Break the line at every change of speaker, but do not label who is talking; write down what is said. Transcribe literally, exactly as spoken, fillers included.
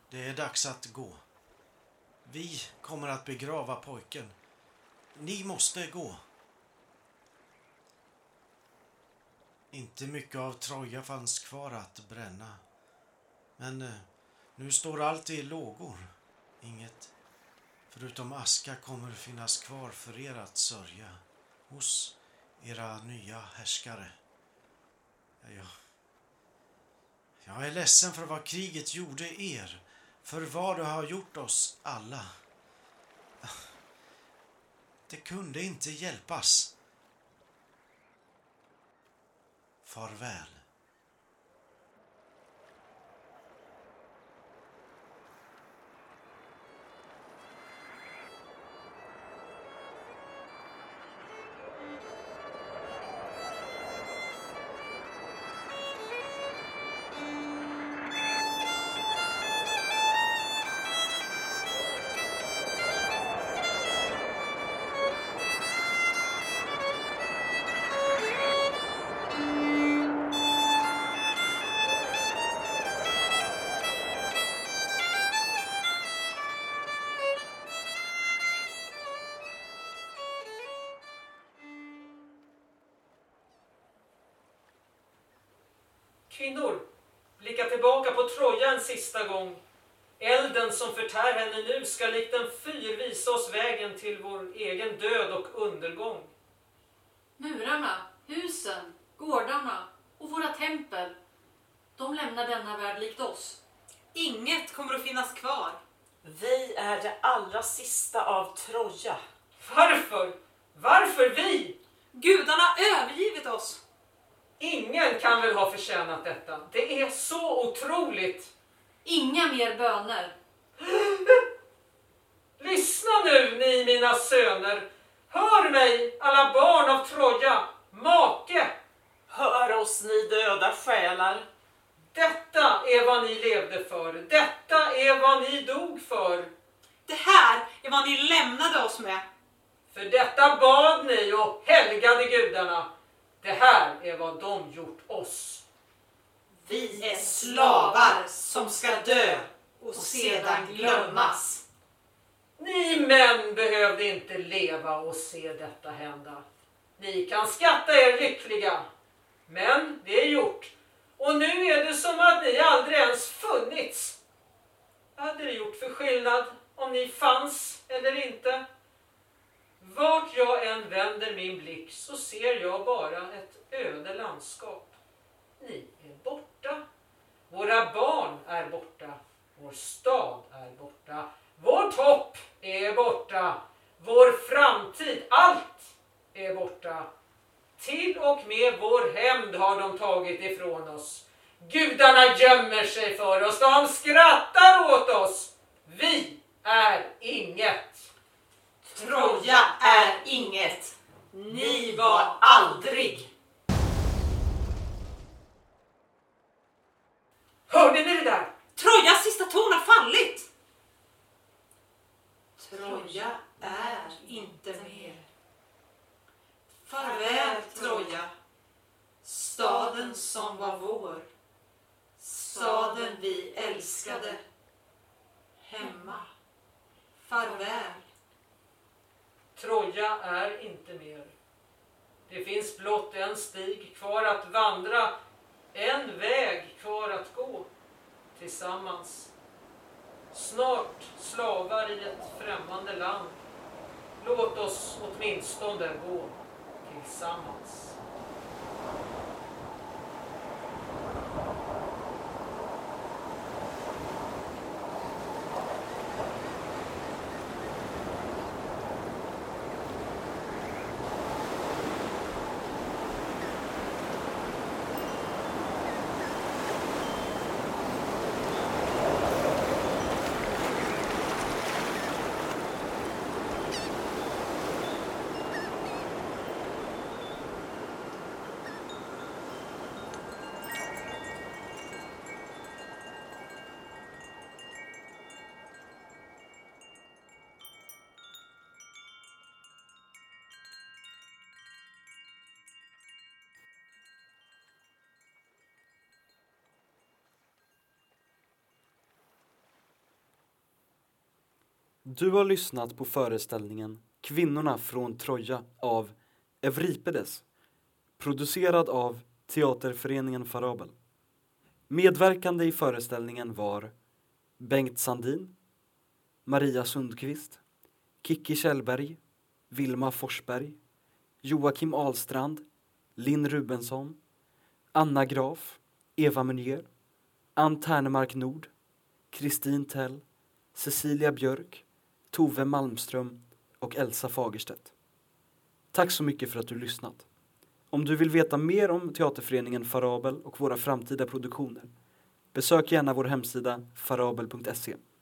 Det är dags att gå. Vi kommer att begrava pojken. Ni måste gå. Inte mycket av Troja fanns kvar att bränna. Men eh, nu står allt i lågor. Inget förutom aska kommer finnas kvar för er att sörja hos era nya härskare. Ja, ja. Jag är ledsen för vad kriget gjorde er, för vad det har gjort oss alla. Det kunde inte hjälpas. Farväl.
Kvinnor, blicka tillbaka på Troja en sista gång. Elden som förtär henne nu ska likt en fyr visa oss vägen till vår egen död och undergång.
Murarna, husen, gårdarna och våra tempel, de lämnar denna värld likt oss.
Inget kommer att finnas kvar.
Vi är det allra sista av Troja.
Varför? Varför vi?
Gudarna har övergivit oss.
Ingen kan väl ha förtjänat detta. Det är så otroligt.
Inga mer böner.
Lyssna nu, ni mina söner. Hör mig, alla barn av Troja. Make.
Hör oss, ni döda själar.
Detta är vad ni levde för. Detta är vad ni dog för.
Det här är vad ni lämnade oss med.
För detta bad ni och helgade gudarna. Det här är vad de gjort oss.
Vi är slavar som ska dö och sedan glömmas.
Ni män behövde inte leva och se detta hända. Ni kan skatta er lyckliga. Men det är gjort. Och nu är det som att ni aldrig ens funnits. Vad hade det gjort för skillnad om ni fanns eller inte? Vart jag än vänder min blick så ser jag bara ett öde landskap. Ni är borta. Våra barn är borta. Vår stad är borta. Vårt hopp är borta. Vår framtid, allt är borta. Till och med vår hämnd har de tagit ifrån oss. Gudarna gömmer sig för oss. De skrattar åt oss. Vi är inget.
Troja är inget. Ni var aldrig.
Hörde ni det där?
Trojas sista ton har fallit.
Troja är inte mer.
Farväl Troja, staden som var vår, staden vi älskade, hemma. Farväl.
Troja är inte mer. Det finns blott en stig kvar att vandra, en väg kvar att gå tillsammans. Snart slavar i ett främmande land. Låt oss åtminstone gå tillsammans.
Du har lyssnat på föreställningen Kvinnorna från Troja av Euripides, producerad av Teaterföreningen Farabel. Medverkande i föreställningen var Bengt Sandin, Maria Sundqvist, Kikki Kjellberg, Vilma Forsberg, Joakim Ahlstrand, Linn Rubensson, Anna Graf, Eva Munier, Ann Ternemark Nord, Kristin Tell, Cecilia Björk, Tove Malmström och Elsa Fagerstedt. Tack så mycket för att du lyssnat. Om du vill veta mer om Teaterföreningen Farabel och våra framtida produktioner, besök gärna vår hemsida farabel punkt se.